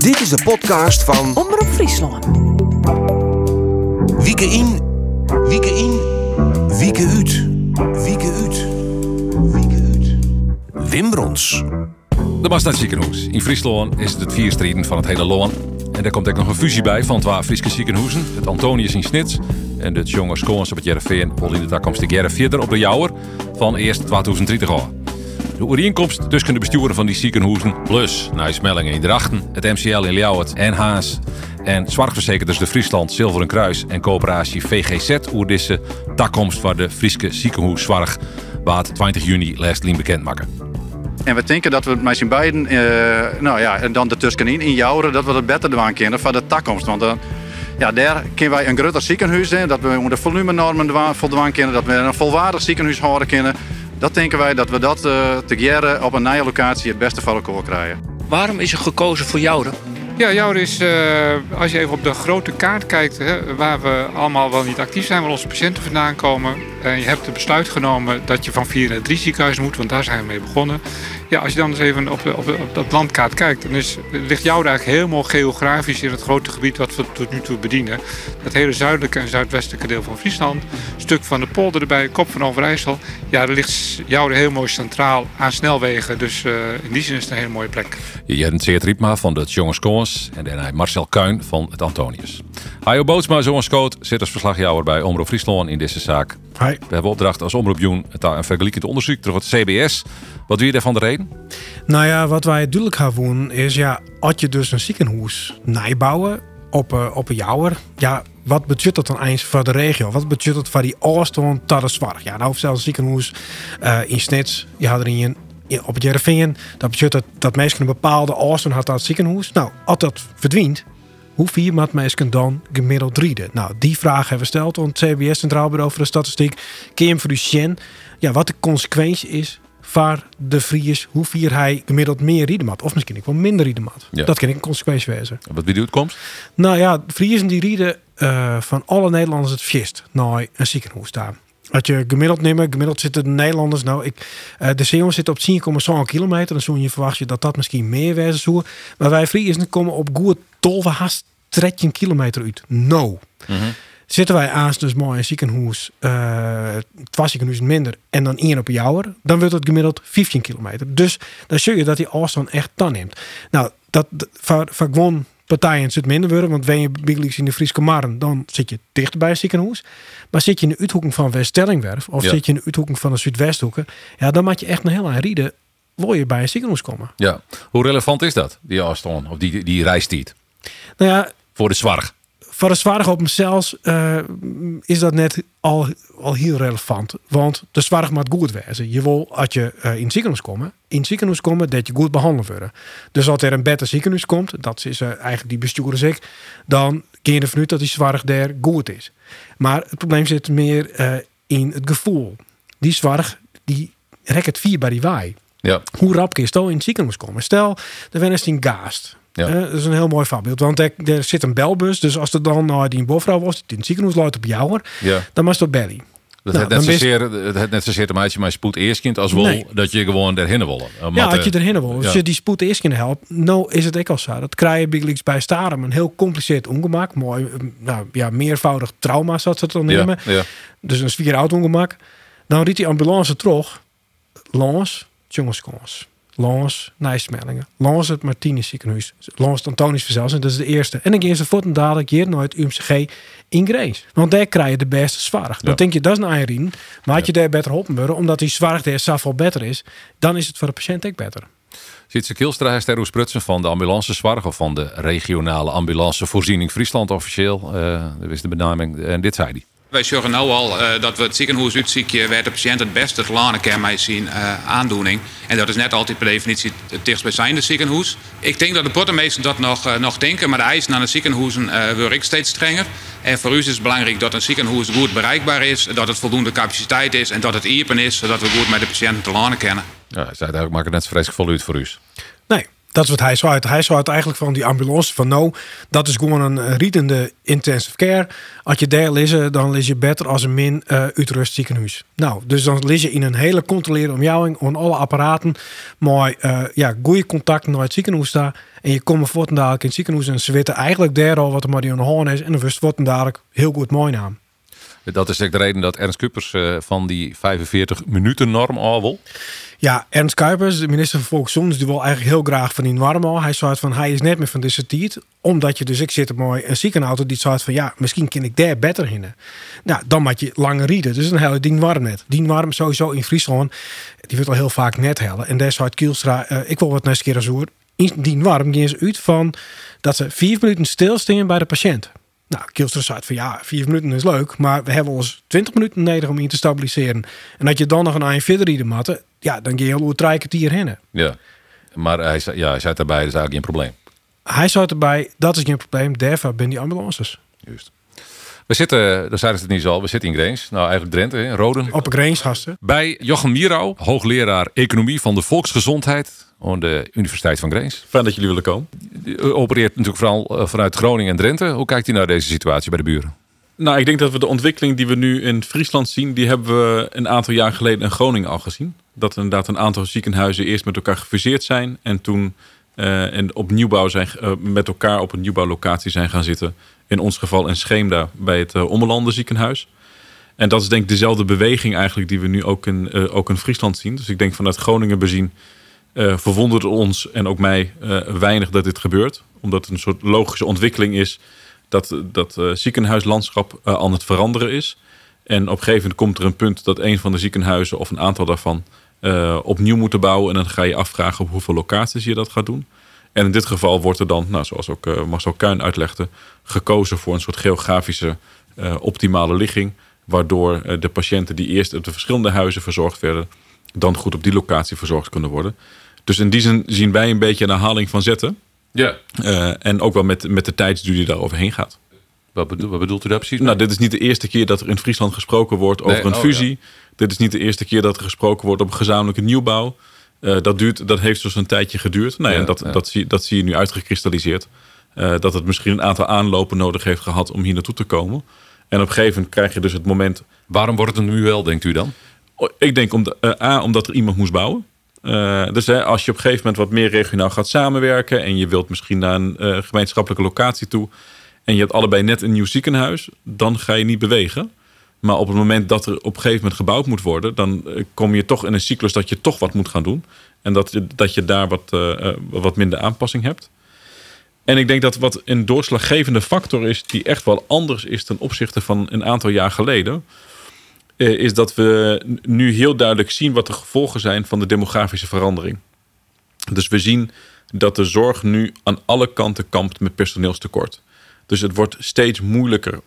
Dit is de podcast van Omroep Friesland. Wieke in, Wieke in, Wieke uit, Wieke uit, Wieke uit. Wim Brons. De Maasstad Ziekenhuis. In Friesland is het het vierstrieden van het hele land. En daar komt ook nog een fusie bij van twee Friese ziekenhuizen. Het Antonius in Snits en het Jonge Skoons op het Jereveen. Al in de toekomstige jaren verder op de Jouwer van eerst 2030 al. De overeenkomst tussen de besturen van die ziekenhuizen, plus Nijsmellingen in Drachten, het MCL in Ljouwert en Haas en zorgverzekerders de Friesland, Zilveren Kruis en coöperatie VGZ oer deze toekomst van de Friese ziekenhuiszorg waard 20 juni laatst bekendmaken. En we denken dat we met z'n beiden, en dan de tussenin in Jouweren, dat we het beter doen kunnen voor de toekomst. Want daar kunnen wij een groter ziekenhuis zijn, dat we onder volumenormen voldoen kunnen, dat we een volwaardig ziekenhuis houden kunnen. Dat denken wij dat we dat together op een nieuwe locatie het beste voor elkaar krijgen. Waarom is er gekozen voor Jouweren? Ja, Jouweren is, als je even op de grote kaart kijkt, waar we allemaal wel niet actief zijn, waar onze patiënten vandaan komen. En je hebt het besluit genomen dat je van 4 naar 3 ziekenhuizen moet, want daar zijn we mee begonnen. Ja, als je dan eens even op dat landkaart kijkt, dan ligt Jouweren eigenlijk helemaal geografisch in het grote gebied wat we tot nu toe bedienen. Het hele zuidelijke en zuidwestelijke deel van Friesland, een stuk van de polder erbij, Kop van Overijssel. Ja, daar ligt Jouweren heel mooi centraal aan snelwegen, dus in die zin is het een hele mooie plek. Jens Seert Riepma van de Jonge Skoons en daarna Marcel Kuin van het Antonius. Hajo Bootsma, zo'n scoot, zit als verslagjouwer bij Omroep Friesland in deze zaak. Hi. We hebben opdracht als Omroep Joen een vergelijkend onderzoek door het CBS. Wat doe je daarvan de reden? Nou ja, wat wij duidelijk gaan doen is, als je dus een ziekenhuis nijbouwen op een Jouwer, wat betekent dat dan eens voor de regio? Wat betekent dat voor die afstand tot de zorg? Ja, nou, zelfs een ziekenhuis in Snits, je had er in op het Jereveen, dat betekent dat mensen een bepaalde afstand had dat ziekenhuis. Nou, als dat verdwijnt, hoeveel moet mensen dan gemiddeld rieden? Nou, die vraag hebben we gesteld aan het CBS, Centraal Bureau voor de Statistiek. Kun je hem voor u zien, wat de consequentie is voor de Fries, hoeveel hij gemiddeld meer rieden moet. Of misschien ook wel minder rieden moet. Ja. Dat kan ik een consequentie wezen. Wat bedoelt komst? Nou ja, de Friesen die rieden van alle Nederlanders het vist naar een ziekenhuis staan. Als je gemiddeld zitten de Nederlanders, de Zeeuwen zitten op 10,7 kilometer. Dan zou je verwachten dat misschien meer wezen zou. Maar wij Friesen komen op goed 12 13 kilometer uit. No. Mm-hmm. Zitten wij aan dus mooi een ziekenhuis, 2 ziekenhuizen minder en dan 1 op een Jouwer, dan wordt het gemiddeld 15 kilometer. Dus dan zie je dat die afstand echt toeneemt. Nou, dat voor gewoon partijen zit minder worden, want ben je biglijks in de Friese Marren, dan zit je dichter bij een ziekenhuis. Maar zit je in de uithoeking van West-Stellingwerf of zit je in de uithoeking van de Zuidwesthoeken, dan moet je echt een heel aan rieden, wil je bij een ziekenhuis komen. Ja, hoe relevant is dat, die afstand of die reistijd? Nou ja, voor de zorg. Voor de zorg op mezelf is dat net al heel relevant. Want de zorg moet goed wezen. Je wil, als je in het ziekenhuis komen, dat je goed behandeld wordt. Dus als er een beter ziekenhuis komt, dat is eigenlijk die bestuurders ik, dan kun je ervan uit dat die zorg daar goed is. Maar het probleem zit meer in het gevoel. Die zorg, die rekt het 4 bij die waai. Ja. Hoe rap kun je in het ziekenhuis komen? Stel, er is een gaast. Ja. Dat is een heel mooi voorbeeld. Want er zit een belbus. Dus als er dan die bovenvrouw was die in het ziekenhuis loopt op Jouwer, dan was het op belly. Het net zozeer te maken met spoed eerst kind als wel dat je gewoon erheen wil. Als je erheen wil. Als je die spoed eerst kind helpt, nou is het ook al zo. Dat krijg je biglijks bij Starum een heel compliceerd ongemak. Mooi, meervoudig trauma zat ze dan nemen. Ja. Dus een zwier oud ongemak. Dan riet die ambulance terug. Langs Jongenskoons. Langs Nijsmellingen, langs het Martinus ziekenhuis, langs het Antonius Verzels, dat is de eerste. En dan gaan ze voort en dadelijk hier naar het UMCG in Greens. Want daar krijg je de beste zorg. Dan denk je, dat is een eieren, maar had je daar beter geholpen worden, omdat die zorg daar zoveel beter is, dan is het voor de patiënt ook beter. Zit ze Kielstra Sterro Sprutsen van de ambulancezorg of van de regionale ambulancevoorziening Friesland officieel, dat is de benaming, en dit zei hij. Wij zorgen nu al dat we het ziekenhuis uitzieken waar de patiënt het beste het lanen kan met zijn aandoening. En dat is net altijd per definitie het dichtstbijzijnde ziekenhuis. Ik denk dat de portemeesters dat nog denken, maar de eisen aan de ziekenhuizen worden steeds strenger. En voor u is het belangrijk dat een ziekenhuis goed bereikbaar is, dat het voldoende capaciteit is en dat het open is, zodat we goed met de patiënten te lanen kennen. Ja, zij maakt het net zo vreselijk vol uit voor u. Nee. Dat is wat hij zei. Hij zei eigenlijk van die ambulance van nou, dat is gewoon een riedende intensive care. Als je daar leest, dan lees je beter als een min uitrust ziekenhuis. Nou, dus dan lees je in een hele controleerde omjouwing aan alle apparaten, maar goede contacten naar het ziekenhuis staan. En je komt voort en dadelijk in het ziekenhuis en ze weten eigenlijk daar al wat er maar die aan de hand is en dan wist wordt en dadelijk heel goed mooi naam. Dat is ook de reden dat Ernst Kuipers van die 45 minuten norm al wil. Ja, Ernst Kuipers, de minister van Volksgezondheid, die wil eigenlijk heel graag van die norm al. Hij zei van, hij is net meer van deze tijd. Omdat je dus, ik zit op mooi een ziekenauto die zei van, ja, misschien kan ik daar beter in. Nou, dan moet je langer rieden. Dus een hele ding warm net. Die warm sowieso in Friesland, die wordt al heel vaak net hellen. En daar zei Kielstra, ik wil wat net eens keer als hoor. In die warm gingen ze uit van dat ze 4 minuten stilstaan bij de patiënt. Nou, Kielstra zei van ja, 4 minuten is leuk, maar we hebben ons 20 minuten nodig om in te stabiliseren. En dat je dan nog een aan je verder rieden matte, ja, dan ga je al 3 kwartier heen. Ja, maar hij zei daarbij, dat is eigenlijk geen probleem. Hij zei erbij, dat is geen probleem, daarvoor ben die ambulances. Juist. We zitten, daar zeiden ze het niet al, we zitten in Grains. Nou, eigenlijk Drenthe, in Roden. Op een Grains, gasten. Bij Jochem Mierau, hoogleraar economie van de volksgezondheid aan de Universiteit van Grains. Fijn dat jullie willen komen. U opereert natuurlijk vooral vanuit Groningen en Drenthe. Hoe kijkt u naar deze situatie bij de buren? Nou, ik denk dat we de ontwikkeling die we nu in Friesland zien, die hebben we een aantal jaar geleden in Groningen al gezien. Dat inderdaad een aantal ziekenhuizen eerst met elkaar gefuseerd zijn en toen op nieuwbouw zijn, met elkaar op een nieuwbouwlocatie zijn gaan zitten. In ons geval in Scheemda bij het Ommelanden ziekenhuis. En dat is denk ik dezelfde beweging eigenlijk die we nu ook in Friesland zien. Dus ik denk vanuit Groningen bezien verwondert ons en ook mij weinig dat dit gebeurt. Omdat het een soort logische ontwikkeling is dat ziekenhuislandschap aan het veranderen is. En op een gegeven moment komt er een punt dat een van de ziekenhuizen of een aantal daarvan opnieuw moeten bouwen. En dan ga je afvragen op hoeveel locaties je dat gaat doen. En in dit geval wordt er dan, nou, zoals ook Marcel Kuin uitlegde, gekozen voor een soort geografische optimale ligging. Waardoor de patiënten die eerst op de verschillende huizen verzorgd werden, dan goed op die locatie verzorgd kunnen worden. Dus in die zin zien wij een beetje een herhaling van zetten. Ja. En ook wel met de tijdsduur die daar overheen gaat. Wat bedoelt u daar precies? Nou, dit is niet de eerste keer dat er in Friesland gesproken wordt over een fusie. Ja. Dit is niet de eerste keer dat er gesproken wordt over gezamenlijke nieuwbouw. Dat heeft dus een tijdje geduurd. Nou, ja, en dat zie je nu uitgekristalliseerd. Dat het misschien een aantal aanlopen nodig heeft gehad om hier naartoe te komen. En op een gegeven moment krijg je dus het moment. Waarom wordt het nu wel, denkt u dan? Ik denk omdat er iemand moest bouwen. Dus als je op een gegeven moment wat meer regionaal gaat samenwerken en je wilt misschien naar een gemeenschappelijke locatie toe en je hebt allebei net een nieuw ziekenhuis, dan ga je niet bewegen. Maar op het moment dat er op een gegeven moment gebouwd moet worden, dan kom je toch in een cyclus dat je toch wat moet gaan doen. En dat je daar wat minder aanpassing hebt. En ik denk dat wat een doorslaggevende factor is die echt wel anders is ten opzichte van een aantal jaar geleden, is dat we nu heel duidelijk zien wat de gevolgen zijn van de demografische verandering. Dus we zien dat de zorg nu aan alle kanten kampt met personeelstekort. Dus het wordt steeds moeilijker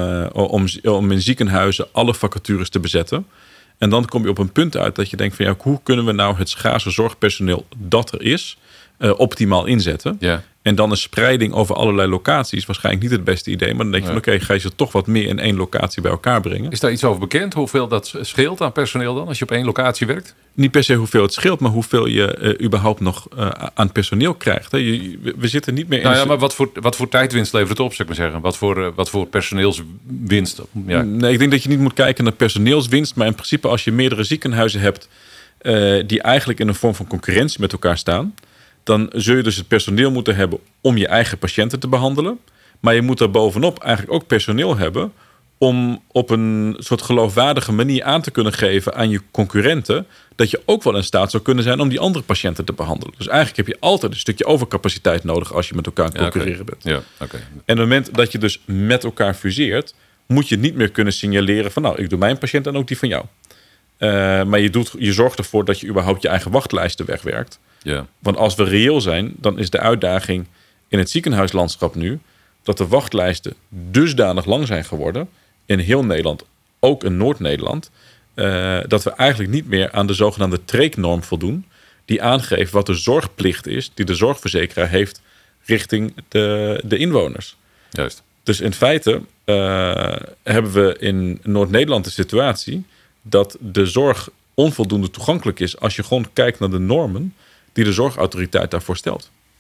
om in ziekenhuizen alle vacatures te bezetten. En dan kom je op een punt uit dat je denkt van ja, hoe kunnen we nou het schaarse zorgpersoneel dat er is optimaal inzetten. Ja. En dan een spreiding over allerlei locaties waarschijnlijk niet het beste idee. Maar dan denk je van oké, ga je ze toch wat meer in één locatie bij elkaar brengen. Is daar iets over bekend? Hoeveel dat scheelt aan personeel dan als je op één locatie werkt? Niet per se hoeveel het scheelt, maar hoeveel je überhaupt nog aan personeel krijgt. We zitten niet meer in... Nou ja, maar wat voor tijdwinst levert het op, zou ik maar zeggen? Wat voor personeelswinst? Ja. Nee, ik denk dat je niet moet kijken naar personeelswinst. Maar in principe als je meerdere ziekenhuizen hebt die eigenlijk in een vorm van concurrentie met elkaar staan, dan zul je dus het personeel moeten hebben om je eigen patiënten te behandelen. Maar je moet daar bovenop eigenlijk ook personeel hebben om op een soort geloofwaardige manier aan te kunnen geven aan je concurrenten dat je ook wel in staat zou kunnen zijn om die andere patiënten te behandelen. Dus eigenlijk heb je altijd een stukje overcapaciteit nodig als je met elkaar aan het concurreren bent. Ja, okay. En op het moment dat je dus met elkaar fuseert, moet je niet meer kunnen signaleren van nou, ik doe mijn patiënt en ook die van jou. Maar je zorgt ervoor dat je überhaupt je eigen wachtlijsten wegwerkt. Ja. Want als we reëel zijn, dan is de uitdaging in het ziekenhuislandschap nu dat de wachtlijsten dusdanig lang zijn geworden in heel Nederland, ook in Noord-Nederland, dat we eigenlijk niet meer aan de zogenaamde TREEQ-norm voldoen, die aangeeft wat de zorgplicht is die de zorgverzekeraar heeft richting de inwoners. Juist. Dus in feite hebben we in Noord-Nederland de situatie dat de zorg onvoldoende toegankelijk is als je gewoon kijkt naar de normen die de zorgautoriteit daarvoor stelt.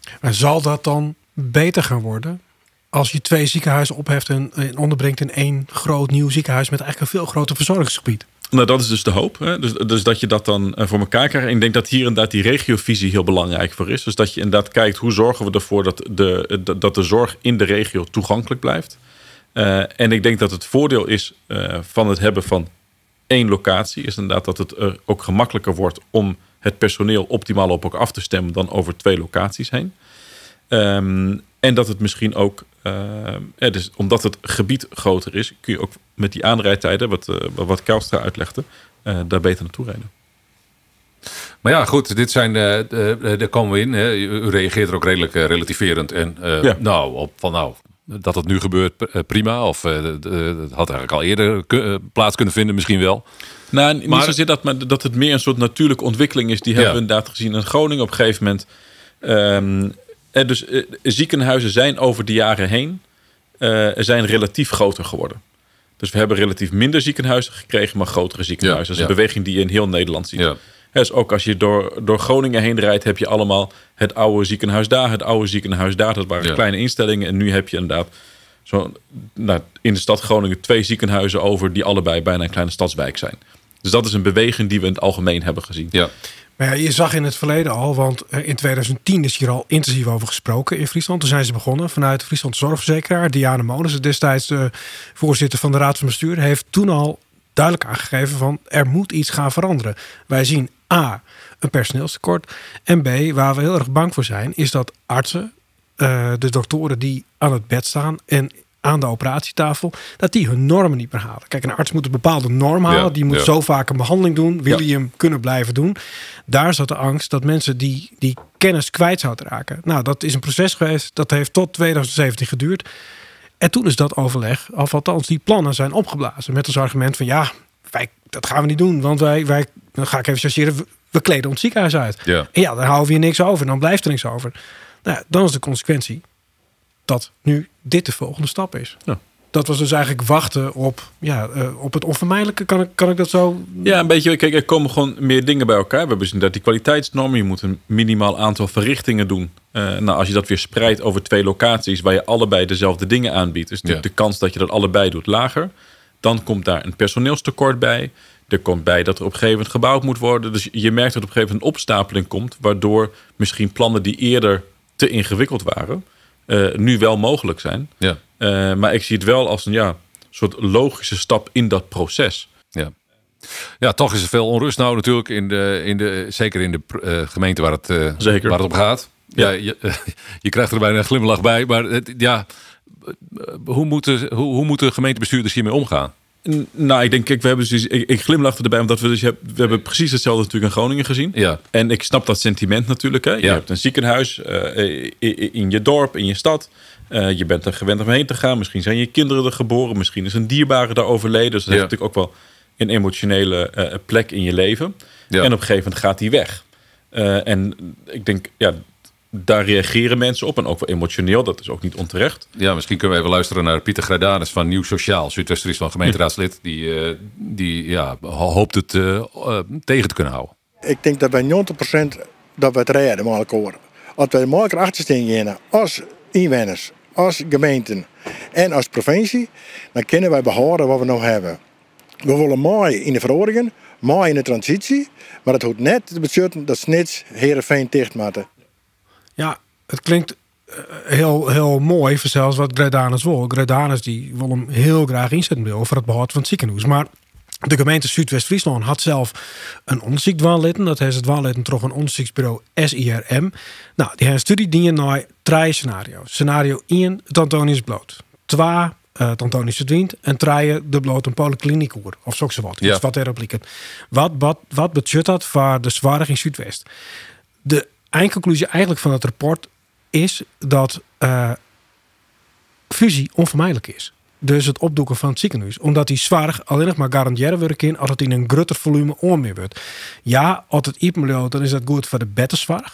En zal dat dan beter gaan worden als je 2 ziekenhuizen opheft en onderbrengt in 1 groot nieuw ziekenhuis met eigenlijk een veel groter verzorgingsgebied? Nou, dat is dus de hoop. Hè? Dus dat je dat dan voor elkaar krijgt. En ik denk dat hier inderdaad die regiovisie heel belangrijk voor is. Dus dat je inderdaad kijkt hoe zorgen we ervoor dat de zorg in de regio toegankelijk blijft. En ik denk dat het voordeel is van het hebben van 1 locatie, is inderdaad dat het ook gemakkelijker wordt om het personeel optimaal op elkaar af te stemmen dan over 2 locaties heen. En dat het misschien ook, dus omdat het gebied groter is, kun je ook met die aanrijdtijden, wat Kelstra uitlegde, daar beter naartoe rijden. Maar ja, goed, dit zijn, daar komen we in. Hè. U reageert er ook redelijk relativerend. En dat het nu gebeurt, prima. Of het had eigenlijk al eerder plaats kunnen vinden, misschien wel. Nou, niet zozeer dat, maar dat het meer een soort natuurlijke ontwikkeling is. Die hebben we inderdaad gezien in Groningen op een gegeven moment. Dus ziekenhuizen zijn over de jaren heen zijn relatief groter geworden. Dus we hebben relatief minder ziekenhuizen gekregen, maar grotere ziekenhuizen. Dat is een beweging die je in heel Nederland ziet. Ja. Dus ook als je door Groningen heen rijdt, heb je allemaal het oude ziekenhuis daar, het oude ziekenhuis daar. Dat waren kleine instellingen. En nu heb je inderdaad in de stad Groningen 2 ziekenhuizen over die allebei bijna een kleine stadswijk zijn. Dus dat is een beweging die we in het algemeen hebben gezien. Ja. Maar ja, je zag in het verleden al, want in 2010 is hier al intensief over gesproken in Friesland. Toen zijn ze begonnen vanuit Friesland Zorgverzekeraar. Diane Molensen, destijds de voorzitter van de Raad van Bestuur, heeft toen al duidelijk aangegeven van er moet iets gaan veranderen. Wij zien A, een personeelstekort. En B, waar we heel erg bang voor zijn, is dat artsen, de doktoren die aan het bed staan en aan de operatietafel, dat die hun normen niet meer halen. Kijk, een arts moet een bepaalde norm halen. Ja, die moet zo vaak een behandeling doen. Wil je hem kunnen blijven doen? Daar zat de angst dat mensen die kennis kwijt zouden raken. Nou, dat is een proces geweest. Dat heeft tot 2017 geduurd. En toen is dat overleg, of althans die plannen zijn opgeblazen. Met als argument van dat gaan we niet doen. Want wij dan ga ik even chargeren, we kleden ons ziekenhuis uit. Ja. En dan houden we hier niks over. Dan blijft er niks over. Nou, dan is de consequentie dat nu dit de volgende stap is. Ja. Dat was dus eigenlijk wachten op het onvermijdelijke. Kan ik dat zo? Ja, een beetje. Kijk, er komen gewoon meer dingen bij elkaar. We hebben gezien dat die kwaliteitsnormen, je moet een minimaal aantal verrichtingen doen. Als je dat weer spreidt over 2 locaties waar je allebei dezelfde dingen aanbiedt, is natuurlijk de kans dat je dat allebei doet lager. Dan komt daar een personeelstekort bij. Er komt bij dat er op een gegeven moment gebouwd moet worden. Dus je merkt dat op een gegeven moment een opstapeling komt, waardoor misschien plannen die eerder te ingewikkeld waren, nu wel mogelijk zijn. Ja. Maar ik zie het wel als een soort logische stap in dat proces. Ja, toch is er veel onrust nou natuurlijk zeker in de gemeente waar het om gaat. Ja. Je krijgt er bijna een glimlach bij. Maar hoe moeten gemeentebestuurders hiermee omgaan? Nou, ik denk, kijk, ik glimlachte erbij omdat we hebben precies hetzelfde natuurlijk in Groningen gezien. Ja. En ik snap dat sentiment natuurlijk. Hè. Je hebt een ziekenhuis in je dorp, in je stad. Je bent er gewend om heen te gaan. Misschien zijn je kinderen er geboren. Misschien is een dierbare daar overleden. Dus dat heeft natuurlijk ook wel een emotionele plek in je leven. Ja. En op een gegeven moment gaat die weg. En ik denk, daar reageren mensen op. En ook wel emotioneel. Dat is ook niet onterecht. Ja, misschien kunnen we even luisteren naar Pieter Grijdanus van Nieuw Sociaal. Zuidwest-Friesland gemeenteraadslid. Die hoopt het tegen te kunnen houden. Ik denk dat bij 90% dat we het redden met elkaar. Als we makkelijk achterstaan als inwoners, als gemeenten en als provincie, dan kunnen wij behouden wat we nog hebben. We willen mooi in de verordening, mooi in de transitie, maar het hoeft net te betekenen dat Snits Heerenveen dicht moeten. Ja, het klinkt heel, heel mooi voor zelfs wat Grijdanus wil. Grijdanus die wil hem heel graag inzetten over het behoud van het ziekenhuis. Maar de gemeente Zuidwest-Friesland had zelf een onderzoek dwanlitten. Dat is het dwanlitten toch een onderzoeksbureau SIRM. Nou, die hebben een studie die je naar 3 scenario's. Scenario 1, het Antonius bloot. 2, het Antonius verdwijnt. En 3, de bloot een polykliniek hoor. Of zo wat. Ja. Wat erop lijkt. Wat betekent dat voor de zorg in Zuidwest? De eindconclusie eigenlijk van het rapport is dat fusie onvermijdelijk is. Dus het opdoeken van het ziekenhuis. Omdat die zwaar alleen nog maar garanderen werken als het in een groter volume onmeer wordt. Ja, als het iets milieu, dan is dat goed voor de bettenzorg.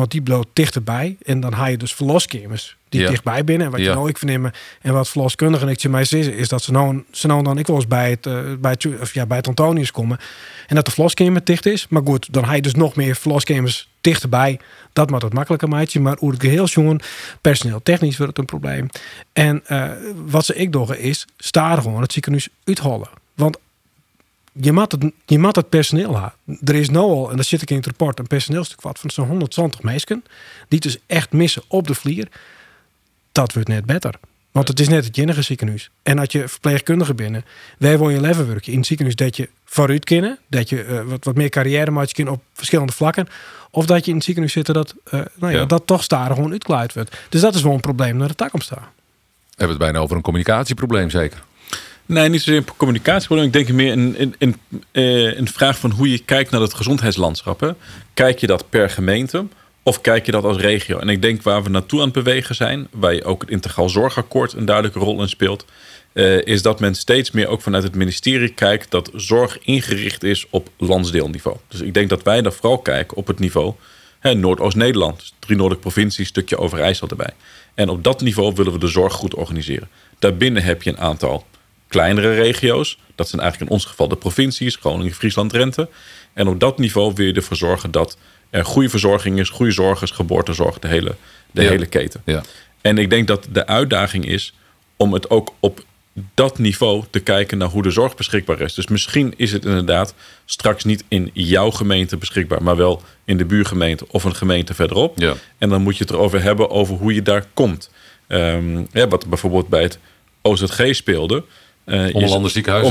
want die bloot dichterbij. En dan haal je dus verloskamers die dichtbij binnen. En wat je nou ik vernemen en wat verloskundigen ik mij zeggen is dat ze nou dan ik wel eens bij het Antonius komen en dat de verloskamer dicht is. Maar goed, dan haal je dus nog meer verloskamers dichterbij. Dat maakt het makkelijker maatje. Maar hoe het geheel jongen, personeel technisch wordt het een probleem. En wat ze ik doen is staar gewoon het ziekenhuis uithollen. Want je moet het personeel hebben. Er is nou al, en dat zit ik in het rapport, een personeelstuk van zo'n 120 mensen die dus echt missen op de vlier. Dat wordt net beter. Want het is net het enige ziekenhuis. En als je verpleegkundige binnen, wij wil je leven werken in het ziekenhuis dat je vooruit kennen, dat je wat meer carrière maakt je op verschillende vlakken, of dat je in het ziekenhuis zit dat dat toch starig gewoon uitgeleid wordt. Dus dat is wel een probleem naar de toekomst staan. Hebben we het bijna over een communicatieprobleem zeker? Nee, niet zozeer een communicatieprobleem. Ik denk meer een vraag van hoe je kijkt naar het gezondheidslandschap. Hè. Kijk je dat per gemeente of kijk je dat als regio? En ik denk waar we naartoe aan het bewegen zijn, waar je ook het Integraal Zorgakkoord een duidelijke rol in speelt, is dat men steeds meer ook vanuit het ministerie kijkt dat zorg ingericht is op landsdeelniveau. Dus ik denk dat wij daar vooral kijken op het niveau Noordoost-Nederland. Dus 3 noordelijke provincies, stukje Overijssel erbij. En op dat niveau willen we de zorg goed organiseren. Daarbinnen heb je een aantal kleinere regio's. Dat zijn eigenlijk in ons geval de provincies, Groningen, Friesland, Drenthe. En op dat niveau wil je ervoor zorgen dat er goede verzorging is, goede zorg is, geboortezorg, de hele keten. Ja. En ik denk dat de uitdaging is om het ook op dat niveau te kijken naar hoe de zorg beschikbaar is. Dus misschien is het inderdaad straks niet in jouw gemeente beschikbaar, maar wel in de buurgemeente of een gemeente verderop. Ja. En dan moet je het erover hebben over hoe je daar komt. Wat bijvoorbeeld bij het OZG speelde. Ommelanders ziekenhuis,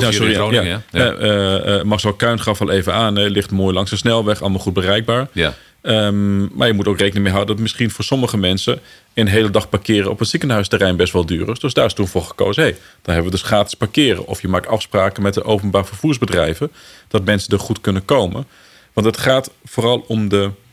Marcel Kuin gaf al even aan, ligt mooi langs de snelweg, allemaal goed bereikbaar. Ja. Maar je moet ook rekening mee houden dat misschien voor sommige mensen een hele dag parkeren op het ziekenhuisterrein best wel duur is. Dus daar is toen voor gekozen, dan hebben we dus gratis parkeren. Of je maakt afspraken met de openbaar vervoersbedrijven, dat mensen er goed kunnen komen. Want het gaat vooral om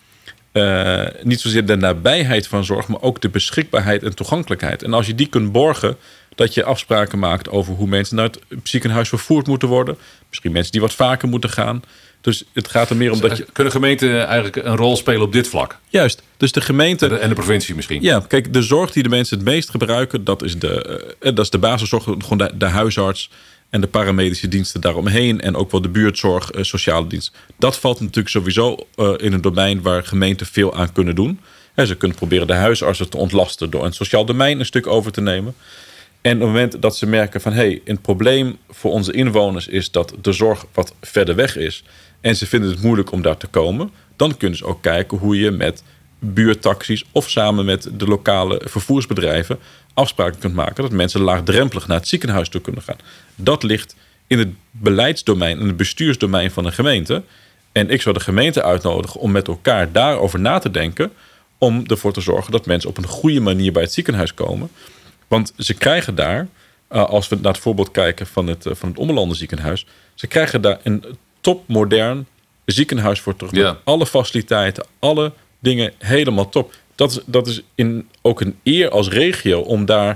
niet zozeer de nabijheid van zorg, maar ook de beschikbaarheid en toegankelijkheid. En als je die kunt borgen, dat je afspraken maakt over hoe mensen naar het ziekenhuis vervoerd moeten worden. Misschien mensen die wat vaker moeten gaan. Dus het gaat er meer om dat je... Kunnen gemeenten eigenlijk een rol spelen op dit vlak? Juist. Dus de gemeente... En de provincie misschien? Ja, kijk, de zorg die de mensen het meest gebruiken, dat is de basiszorg, gewoon de huisarts en de paramedische diensten daaromheen. En ook wel de buurtzorg, sociale dienst. Dat valt natuurlijk sowieso in een domein waar gemeenten veel aan kunnen doen. Ze kunnen proberen de huisartsen te ontlasten door een sociaal domein een stuk over te nemen. En op het moment dat ze merken van een probleem voor onze inwoners is dat de zorg wat verder weg is en ze vinden het moeilijk om daar te komen, dan kunnen ze ook kijken hoe je met buurtaxis of samen met de lokale vervoersbedrijven afspraken kunt maken dat mensen laagdrempelig naar het ziekenhuis toe kunnen gaan. Dat ligt in het beleidsdomein, in het bestuursdomein van een gemeente. En ik zou de gemeente uitnodigen om met elkaar daarover na te denken, om ervoor te zorgen dat mensen op een goede manier bij het ziekenhuis komen. Want ze krijgen daar, als we naar het voorbeeld kijken van het Ommelanden ziekenhuis, ze krijgen daar een topmodern ziekenhuis voor terug. Ja. Alle faciliteiten, alle dingen helemaal top. Dat is ook een eer als regio om daar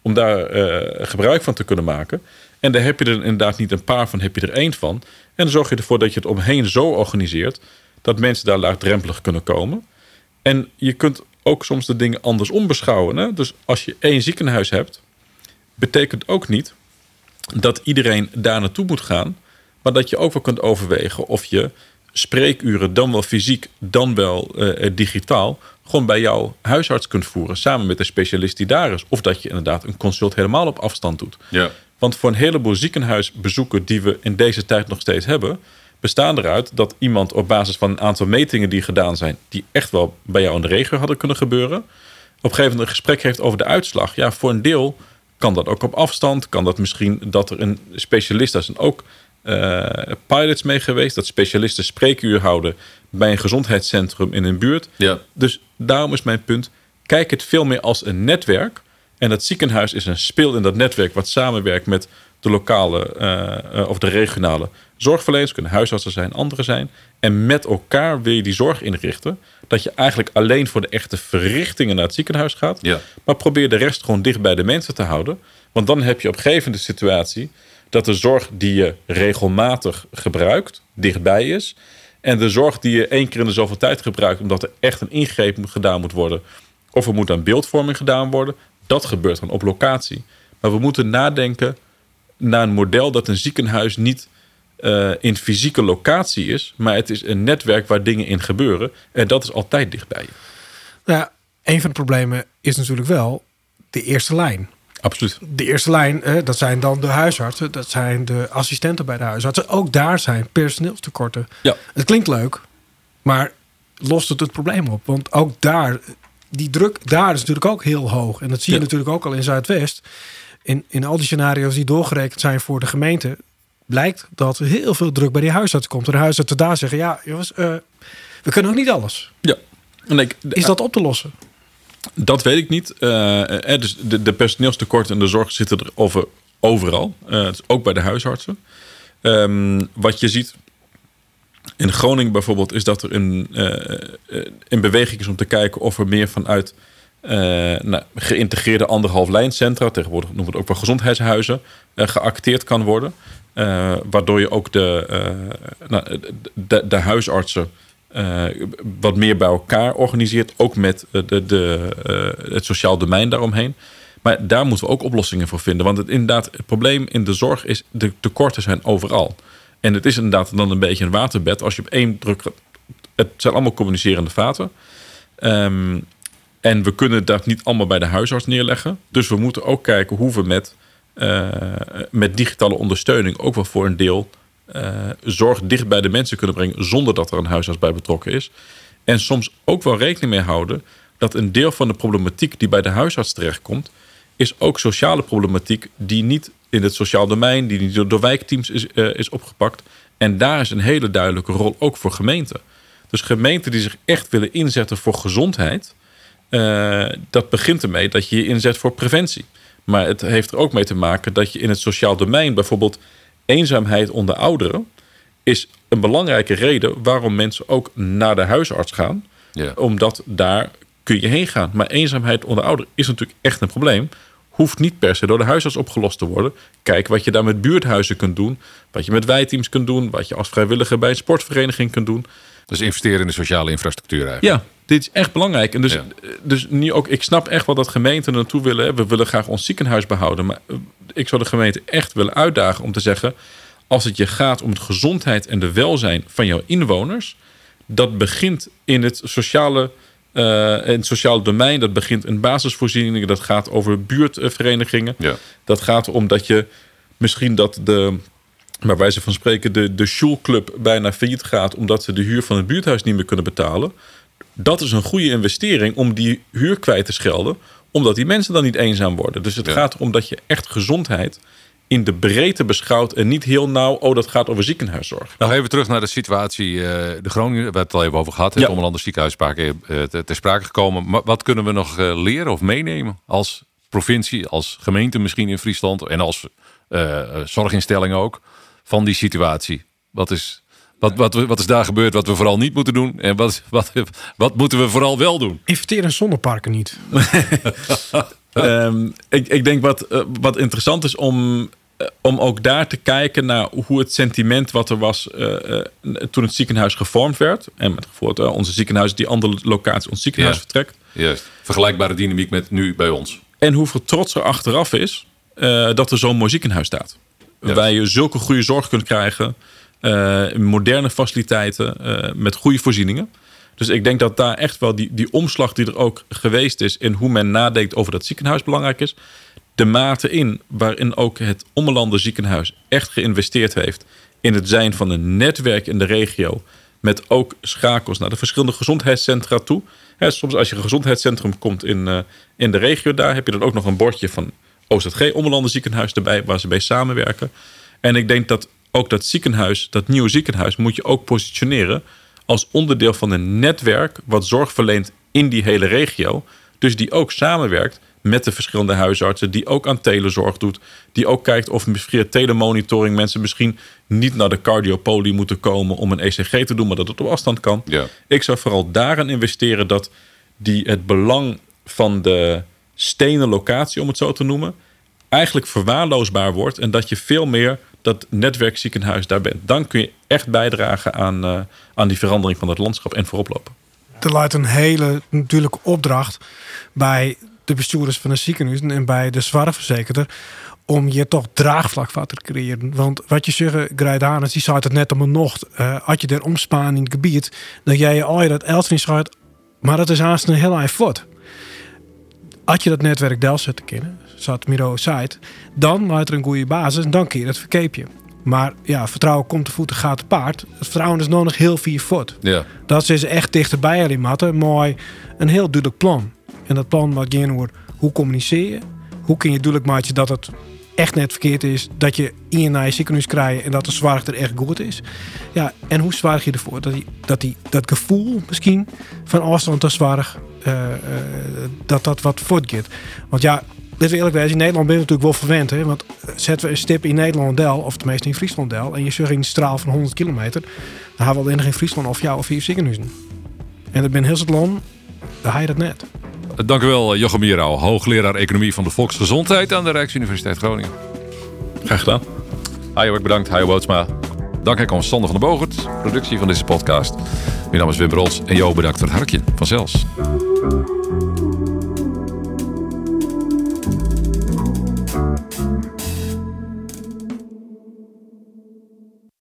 gebruik van te kunnen maken. En daar heb je er inderdaad niet een paar van, heb je er 1 van. En dan zorg je ervoor dat je het omheen zo organiseert dat mensen daar laagdrempelig kunnen komen. En je kunt ook soms de dingen andersom beschouwen. Hè? Dus als je 1 ziekenhuis hebt, betekent ook niet dat iedereen daar naartoe moet gaan, maar dat je ook wel kunt overwegen of je spreekuren dan wel fysiek, dan wel digitaal, gewoon bij jouw huisarts kunt voeren, samen met de specialist die daar is. Of dat je inderdaad een consult helemaal op afstand doet. Ja. Want voor een heleboel ziekenhuisbezoeken die we in deze tijd nog steeds hebben, bestaan eruit dat iemand op basis van een aantal metingen die gedaan zijn, die echt wel bij jou in de regio hadden kunnen gebeuren, op een gegeven moment een gesprek heeft over de uitslag. Ja, voor een deel kan dat ook op afstand. Kan dat misschien dat er een specialist, daar zijn ook pilots mee geweest, dat specialisten spreekuur houden bij een gezondheidscentrum in een buurt. Ja. Dus daarom is mijn punt, kijk het veel meer als een netwerk. En dat ziekenhuis is een speel in dat netwerk wat samenwerkt met de lokale of de regionale zorgverleners, kunnen huisartsen zijn, anderen zijn. En met elkaar wil je die zorg inrichten, dat je eigenlijk alleen voor de echte verrichtingen naar het ziekenhuis gaat. Ja. Maar probeer de rest gewoon dicht bij de mensen te houden. Want dan heb je op een gegeven moment de situatie dat de zorg die je regelmatig gebruikt, dichtbij is. En de zorg die je 1 keer in de zoveel tijd gebruikt, omdat er echt een ingreep gedaan moet worden, of er moet aan beeldvorming gedaan worden, dat gebeurt dan op locatie. Maar we moeten nadenken naar een model dat een ziekenhuis niet in fysieke locatie is, maar het is een netwerk waar dingen in gebeuren. En dat is altijd dichtbij je. Nou ja, een van de problemen is natuurlijk wel de eerste lijn. Absoluut. De eerste lijn, dat zijn dan de huisartsen, dat zijn de assistenten bij de huisartsen. Ook daar zijn personeelstekorten. Ja. Het klinkt leuk, maar lost het probleem op? Want ook daar, die druk daar is natuurlijk ook heel hoog. En dat zie je natuurlijk ook al in Zuidwest. In al die scenario's die doorgerekend zijn voor de gemeente, blijkt dat er heel veel druk bij die huisartsen komt. En de huisartsen daar zeggen, ja jongens, we kunnen ook niet alles. Ja. Is dat op te lossen? Dat weet ik niet. Dus de personeelstekorten en de zorg zitten er overal. Ook bij de huisartsen. Wat je ziet in Groningen bijvoorbeeld, is dat er een beweging is om te kijken of er meer vanuit geïntegreerde 1,5 lijncentra, tegenwoordig noemen we het ook wel gezondheidshuizen, geacteerd kan worden. Waardoor je ook de huisartsen wat meer bij elkaar organiseert, ook met het sociaal domein daaromheen. Maar daar moeten we ook oplossingen voor vinden. Want het probleem in de zorg is, de tekorten zijn overal. En het is inderdaad dan een beetje een waterbed. Als je op één druk gaat, het zijn allemaal communicerende vaten. En we kunnen dat niet allemaal bij de huisarts neerleggen. Dus we moeten ook kijken hoe we met digitale ondersteuning ook wel voor een deel zorg dicht bij de mensen kunnen brengen, zonder dat er een huisarts bij betrokken is. En soms ook wel rekening mee houden dat een deel van de problematiek die bij de huisarts terechtkomt, is ook sociale problematiek die niet in het sociaal domein, die niet door wijkteams is opgepakt. En daar is een hele duidelijke rol ook voor gemeenten. Dus gemeenten die zich echt willen inzetten voor gezondheid, dat begint ermee dat je je inzet voor preventie. Maar het heeft er ook mee te maken dat je in het sociaal domein, bijvoorbeeld eenzaamheid onder ouderen, is een belangrijke reden waarom mensen ook naar de huisarts gaan. Ja. Omdat daar kun je heen gaan. Maar eenzaamheid onder ouderen is natuurlijk echt een probleem. Hoeft niet per se door de huisarts opgelost te worden. Kijk wat je daar met buurthuizen kunt doen. Wat je met wijkteams kunt doen. Wat je als vrijwilliger bij een sportvereniging kunt doen. Dus investeren in de sociale infrastructuur eigenlijk. Ja, dit is echt belangrijk. En dus nu ook, ik snap echt wel dat gemeenten er naartoe willen. We willen graag ons ziekenhuis behouden. Maar ik zou de gemeente echt willen uitdagen om te zeggen, als het je gaat om de gezondheid en de welzijn van jouw inwoners, dat begint in het sociale domein. Dat begint in basisvoorzieningen. Dat gaat over buurtverenigingen. Ja. Dat gaat om dat je misschien bij wijze van spreken de schoolclub bijna failliet gaat omdat ze de huur van het buurthuis niet meer kunnen betalen. Dat is een goede investering om die huur kwijt te schelden, omdat die mensen dan niet eenzaam worden. Dus het gaat erom dat je echt gezondheid in de breedte beschouwt en niet heel nauw, dat gaat over ziekenhuiszorg. Nou, even terug naar de situatie. De Groningen, we hebben het al even over gehad. Het Ommelandse ziekenhuis ter sprake gekomen. Maar wat kunnen we nog leren of meenemen als provincie, als gemeente misschien in Friesland en als zorginstelling ook van die situatie? Wat is daar gebeurd wat we vooral niet moeten doen? En wat moeten we vooral wel doen? Investeer in zonneparken niet. Ik denk wat interessant is om ook daar te kijken naar hoe het sentiment wat er was toen het ziekenhuis gevormd werd. En met bijvoorbeeld onze ziekenhuis die andere locatie ons ziekenhuis vertrekt. Juist. Vergelijkbare dynamiek met nu bij ons. En hoeveel trots er achteraf is dat er zo'n mooi ziekenhuis staat. Yes. Waar je zulke goede zorg kunt krijgen. Moderne faciliteiten met goede voorzieningen. Dus ik denk dat daar echt wel die omslag die er ook geweest is in hoe men nadenkt over dat ziekenhuis belangrijk is. De mate in waarin ook het Ommelanden ziekenhuis echt geïnvesteerd heeft in het zijn van een netwerk in de regio. Met ook schakels naar de verschillende gezondheidscentra toe. Soms als je een gezondheidscentrum komt in de regio, daar heb je dan ook nog een bordje van OZG, Ommelanden ziekenhuis erbij, waar ze bij samenwerken. En ik denk dat ook dat ziekenhuis, dat nieuwe ziekenhuis, moet je ook positioneren als onderdeel van een netwerk wat zorg verleent in die hele regio. Dus die ook samenwerkt met de verschillende huisartsen, die ook aan telezorg doet, die ook kijkt of via telemonitoring mensen misschien niet naar de cardiopolie moeten komen om een ECG te doen, maar dat het op afstand kan. Ja. Ik zou vooral daarin investeren dat het belang van de stenen locatie, om het zo te noemen, eigenlijk verwaarloosbaar wordt en dat je veel meer dat netwerkziekenhuis daar bent. Dan kun je echt bijdragen aan die verandering van het landschap en voorop lopen. Er lijkt een hele natuurlijke opdracht bij de bestuurders van de ziekenhuizen en bij de zorgverzekerder om hier toch draagvlak van te creëren. Want wat je zegt, Grijdanus, die zei het net om een nocht. Als je er omspaan in het gebied, dan jij je al je dat Elstring schrijft, maar dat is haast een heel eind voort. Als je dat netwerk Del zet te kennen, zoals Miro zei, dan laat er een goede basis en dan kun je dat verkeepje. Maar ja, vertrouwen komt te voeten, gaat te paard. Het vertrouwen is nog heel 4 voet. Ja. Dat is echt dichterbij in matten. Mooi, een heel duidelijk plan. En dat plan wat gaan over hoe communiceer je, hoe kun je duidelijk maken dat het echt net verkeerd is, dat je in naar je ziekenhuis krijgt en dat de zorg er echt goed is. Ja, en hoe zorg je ervoor dat gevoel misschien van afstand tot zorg dat wat voortgaat. Want ja, dit is eerlijk wezen, in Nederland ben je natuurlijk wel verwend. Hè? Want zetten we een stip in Nederland Del, of tenminste in Friesland Del, en je zegt in een straal van 100 kilometer, dan hebben we alleen nog in Friesland of jou of 4 ziekenhuizen. En dat ben heel het land, dan haal je dat net. Dank u wel, Jochem Mierau, hoogleraar economie van de volksgezondheid aan de Rijksuniversiteit Groningen. Graag gedaan. Hajo, ook bedankt. Hajo Bootsma. Dank aan Sander van der Bogert, productie van deze podcast. Mijn naam is Wim Brols en Jo bedankt voor het harkje van Zels.